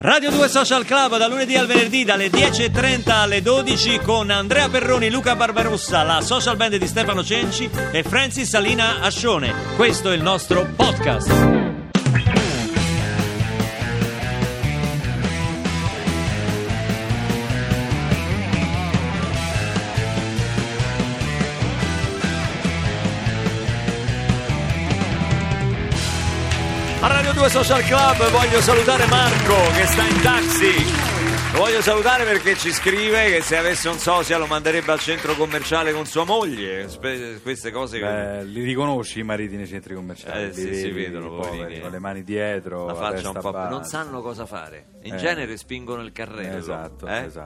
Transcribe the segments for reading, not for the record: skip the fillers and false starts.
Radio 2 Social Club da lunedì al venerdì dalle 10.30 alle 12 con Andrea Perroni, Luca Barbarossa, la social band di Stefano Cenci e Francis Salina Ascione. Questo è il nostro podcast. A Radio 2 Social Club voglio salutare Marco che sta in taxi. Lo voglio salutare perché ci scrive che se avesse un sosia lo manderebbe al centro commerciale con sua moglie. Queste cose che... li riconosci i mariti nei centri commerciali? Sì, si vedono poveri, con le mani dietro, la faccia un po'. bassa. Non sanno cosa fare. In genere spingono il carrello. Esatto.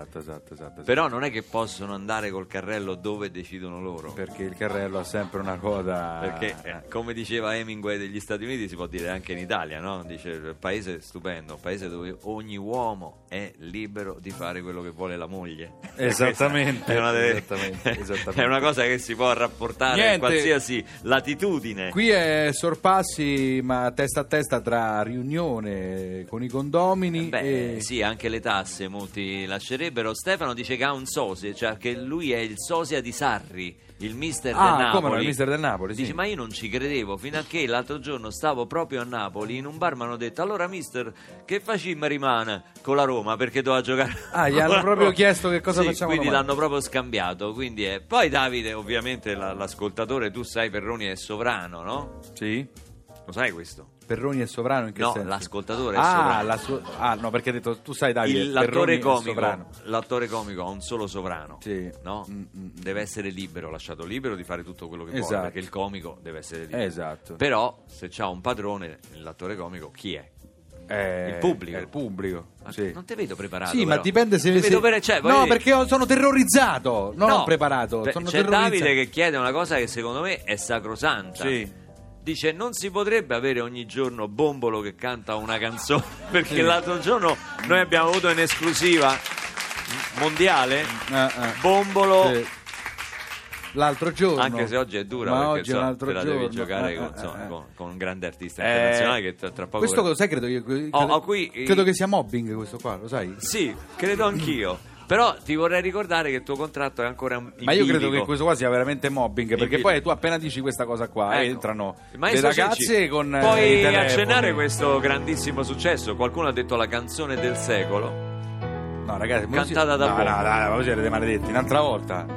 Però non è che possono andare col carrello dove decidono loro. Perché il carrello ha sempre una coda. Perché come diceva Hemingway degli Stati Uniti, si può dire anche in Italia, no? Dice paese stupendo, paese dove ogni uomo è libero di fare quello che vuole la moglie. Esattamente. Esattamente. È una cosa che si può rapportare in qualsiasi latitudine. Qui è sorpassi, ma testa a testa tra riunione con i condomini e... Sì, anche le tasse molti lascerebbero. Stefano dice che ha un sosia, cioè che lui è il sosia di Sarri, il mister del Napoli. Come no, il mister del Napoli, sì. Dice, ma io non ci credevo fino a che l'altro giorno stavo proprio a Napoli, in un bar mi hanno detto, allora mister, che facciamo rimane con la Roma perché doveva giocare. Gli hanno proprio chiesto che cosa facciamo quindi domani. l'hanno proprio scambiato. Quindi poi Davide, ovviamente l'ascoltatore, tu sai Perroni è sovrano, no? Sì. Lo sai questo? Perroni è sovrano in che senso? No, l'ascoltatore è sovrano. No, perché hai detto, tu sai Davide, l'attore comico ha un solo sovrano, sì. No? Deve essere libero, lasciato libero di fare tutto quello che vuole, perché il comico deve essere libero. Esatto. Però se c'ha un padrone, l'attore comico, chi è? Il pubblico. È il pubblico. Sì. Non ti vedo preparato. Sì, però. ma dipende se... No, perché sono terrorizzato, non ho preparato. Sono c'è Davide che chiede una cosa che secondo me è sacrosanta. Sì. Dice, non si potrebbe avere ogni giorno Bombolo che canta una canzone, perché l'altro giorno noi abbiamo avuto in esclusiva mondiale Bombolo. Sì. L'altro giorno, anche se oggi è dura, ma perché oggi è un altro te la giorno. devi giocare con un grande artista internazionale che tra poco... Questo lo sai, credo che sia mobbing questo qua, lo sai? Sì, credo anch'io. Però ti vorrei ricordare che il tuo contratto è ancora in Ma io credo che questo qua sia veramente mobbing, perché poi tu appena dici questa cosa qua entrano le ragazze con puoi i telefoni. accennare questo grandissimo successo. Qualcuno ha detto la canzone del secolo. No ragazzi, cantata da Bombolo. No, voi siete maledetti. Un'altra volta.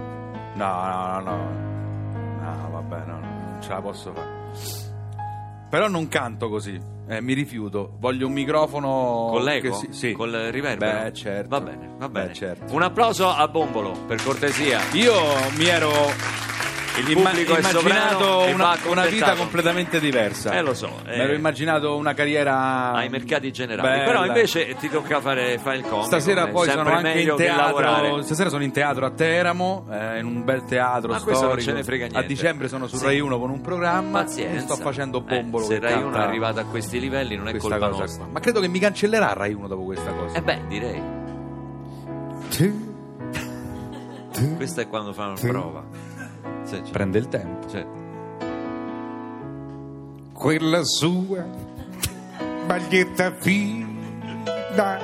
No, vabbè, no, non ce la posso fare. Però non canto così. Mi rifiuto, voglio un microfono con l'eco? Sì. Col riverbero? Beh, certo. Va bene. Certo. Un applauso a Bombolo, per cortesia. Io mi ero immaginato una vita completamente diversa. Lo so. Mi ero immaginato una carriera ai mercati generali. bella. Però invece ti tocca fare il comico. Stasera poi sono anche in teatro. Stasera sono in teatro a Teramo, in un bel teatro storico. Questo non ce ne frega niente. A dicembre sono su Rai 1 con un programma. Pazienza. E sto facendo Bombolo. Se Rai 1 è arrivata a questi livelli non è colpa nostra. Ma credo che mi cancellerà Rai 1 dopo questa cosa. Direi. Questa è quando fanno prova. Prende il tempo. Quella sua maglietta fina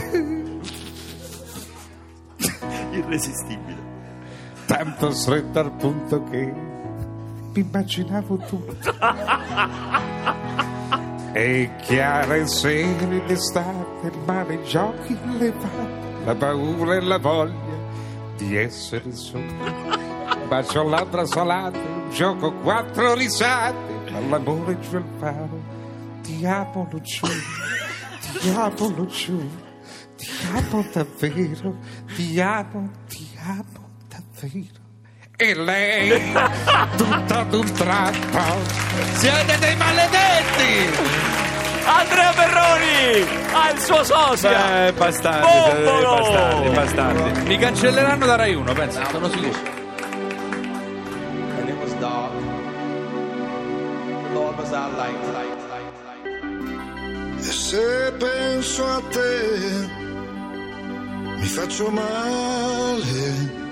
Irresistibile. tanto stretta al punto che mi immaginavo tutto. E chiare sere d'estate, il mare, i giochi, le palle, la paura e la voglia di essere solo. Bacio labbra salate, un gioco, 4 risate, all'amore giù al faro. Ti amo, lo giuro, ti amo, lo giuro, ti amo davvero, ti amo davvero. E lei, tutta d'un tratto, siete dei maledetti! Andrea Perroni ha il suo sosia. Bastardi. Mi cancelleranno da Rai 1, penso, sono sicuro. E se penso a te mi faccio male,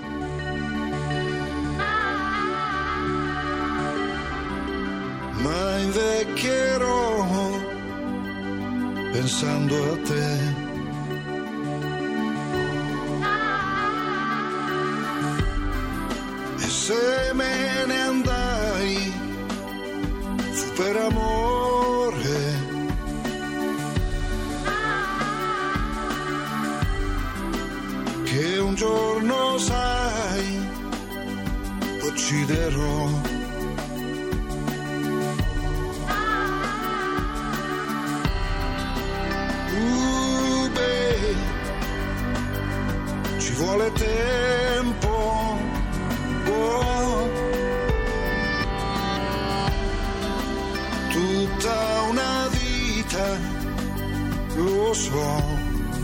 ma invecchierò pensando a te. un giorno sai ucciderò. Babe, ci vuole tempo, oh. Tutta una vita, lo so.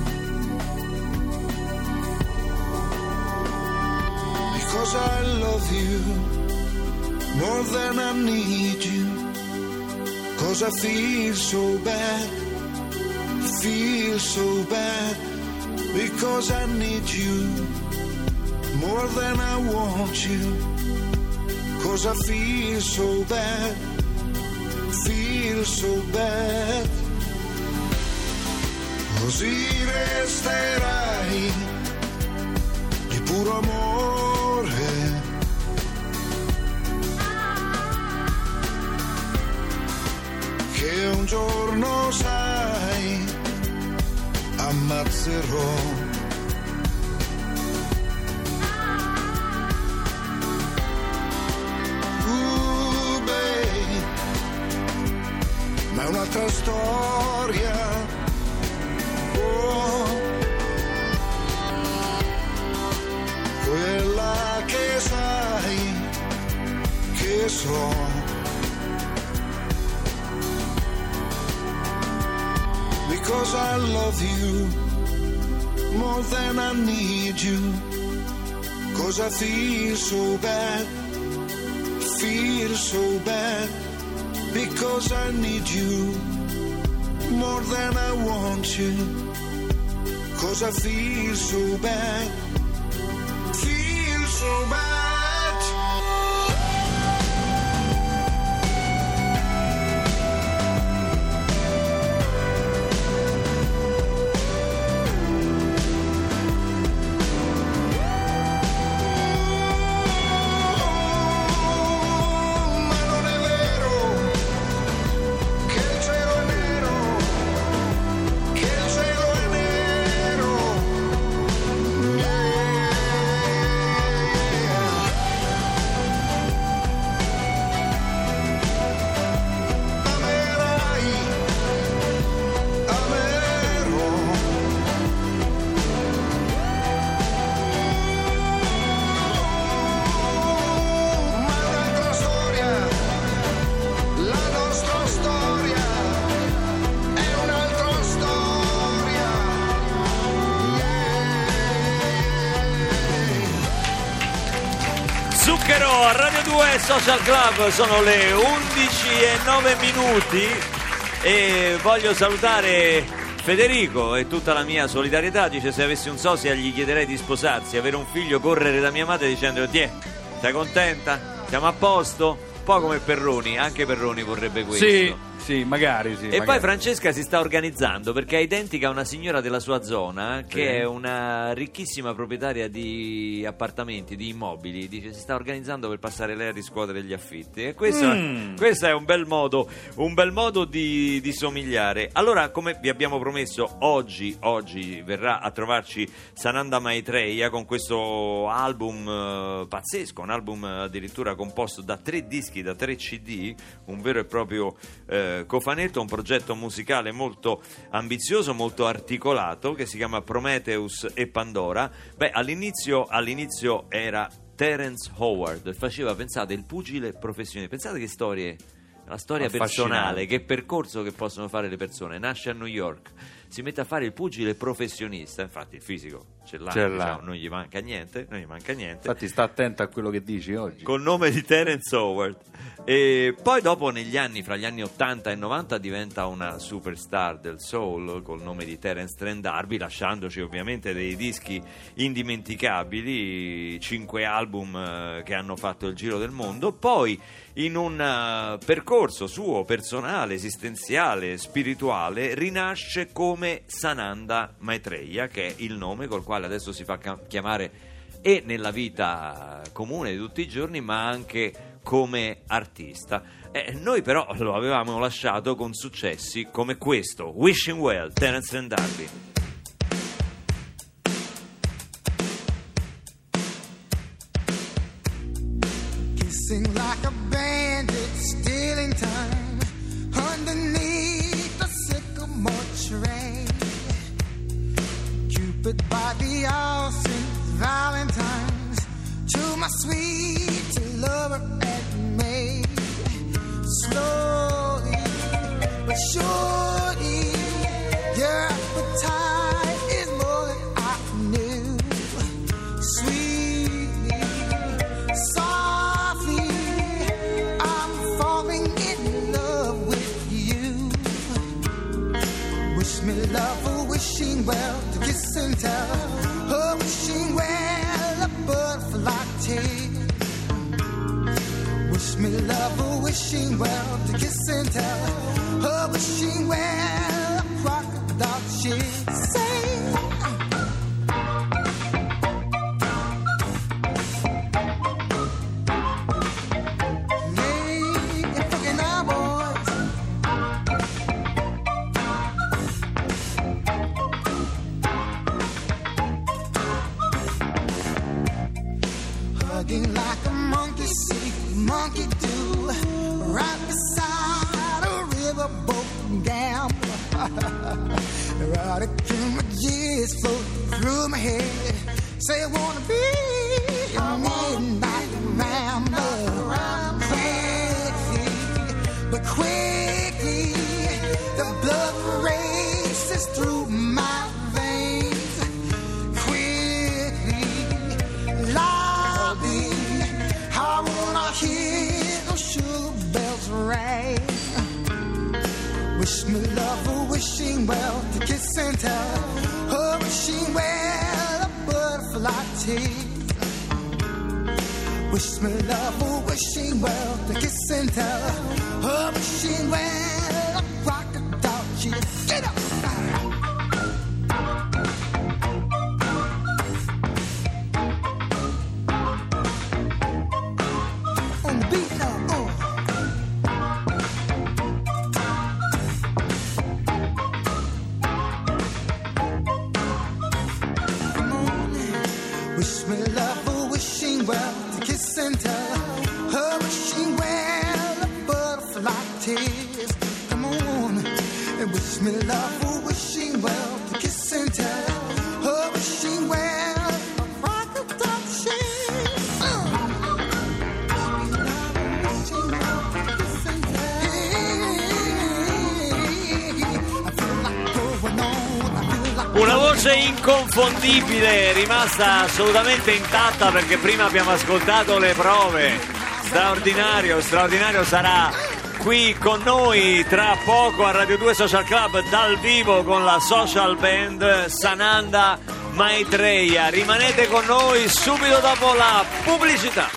Because I love you more than I need you. Cause I feel so bad, feel so bad. Because I need you more than I want you. Cause I feel so bad, feel so bad. Così resterai di puro amore, che un giorno sai ammazzerò. Babe, ma è un'altra storia. Quella che sai che so. Because I love you more than I need you. Cause I feel so bad, feel so bad. Because I need you more than I want you. Cause I feel so bad, feel so bad. Ma non è vero che il cielo è nero, che il cielo è nero. Amerai, amerò. Ma è un'altra storia, la nostra storia è un'altra storia. Zucchero a Radio 2 Social Club, sono le 11:09 e voglio salutare Federico e tutta la mia solidarietà. Dice: se avessi un sosia gli chiederei di sposarsi, avere un figlio, correre da mia madre dicendo: tiè, sei contenta? Siamo a posto? Un po' come Perroni, anche Perroni vorrebbe questo. Sì, magari sì. E magari. poi Francesca si sta organizzando perché è identica a una signora della sua zona che Sì. è una ricchissima proprietaria di appartamenti, di immobili. Dice: si sta organizzando per passare lei a riscuotere gli affitti. E questo è un bel modo di somigliare. Allora, come vi abbiamo promesso, oggi verrà a trovarci Sananda Maitreya con questo album pazzesco, un album addirittura composto da 3 dischi, da 3 CD, un vero e proprio cofanetto, un progetto musicale molto ambizioso, molto articolato, che si chiama Prometheus e Pandora. Beh, all'inizio era Terence Howard, faceva, pensate, il pugile professionista. Pensate che storie, la storia personale, che percorso che possono fare le persone. Nasce a New York, si mette a fare il pugile professionista, infatti il fisico ce l'ha. Diciamo, non gli manca niente. Infatti sta attento a quello che dici oggi. Col nome di Terence Howard. E poi dopo, negli anni, fra gli anni 80 e 90, diventa una superstar del soul col nome di Terence Trent D'Arby, lasciandoci ovviamente dei dischi indimenticabili, 5 album che hanno fatto il giro del mondo. Poi, in un percorso suo personale, esistenziale, spirituale, rinasce come Sananda Maitreya, che è il nome col quale adesso si fa chiamare e nella vita comune di tutti i giorni, ma anche come artista. Noi però lo avevamo lasciato con successi come questo, Wishing Well, Terence Trent D'Arby. Sing like a bandit, stealing time underneath the sycamore tree. Cupid by the ocean, Valentine's to my sweet lover and me. Slowly but surely, your appetite is more than I knew. Sweetly, softly, I'm falling in love with you. Wish me love, oh, wishing well, to kiss and tell. Oh, wishing well, a butterfly tear. Wish me love, oh, wishing well, to kiss and tell. Oh, wishing well, a crocodile tear. Say, hugging like a monkey see, monkey do, right beside a riverboat gambler. Erotic images float through my head. Say I wanna be a midnight rambler. Quickly, but quickly, the blood races through my veins. Quickly, loudly, I wanna hear those sugar bells ring. Wish me love, oh, wishing well, to kiss and tell. Oh, wishing well, a butterfly tear. Wish me love, oh, wishing well, to kiss and tell. Oh, wishing well, a crocodile tear. Get up! On the beat now, wish me love, oh, wishing well, to kiss and tell. Oh, wishing well, a butterfly tears. Come on, and wish me love, oh, wishing well, to kiss and tell. Oh, wishing well, a crocodile tears. Wishing well, to kiss and tell. I feel like going on, I feel like Una voce inconfondibile, rimasta assolutamente intatta perché prima abbiamo ascoltato le prove. Straordinario, straordinario sarà qui con noi tra poco a Radio 2 Social Club dal vivo con la social band Sananda Maitreya. Rimanete con noi subito dopo la pubblicità.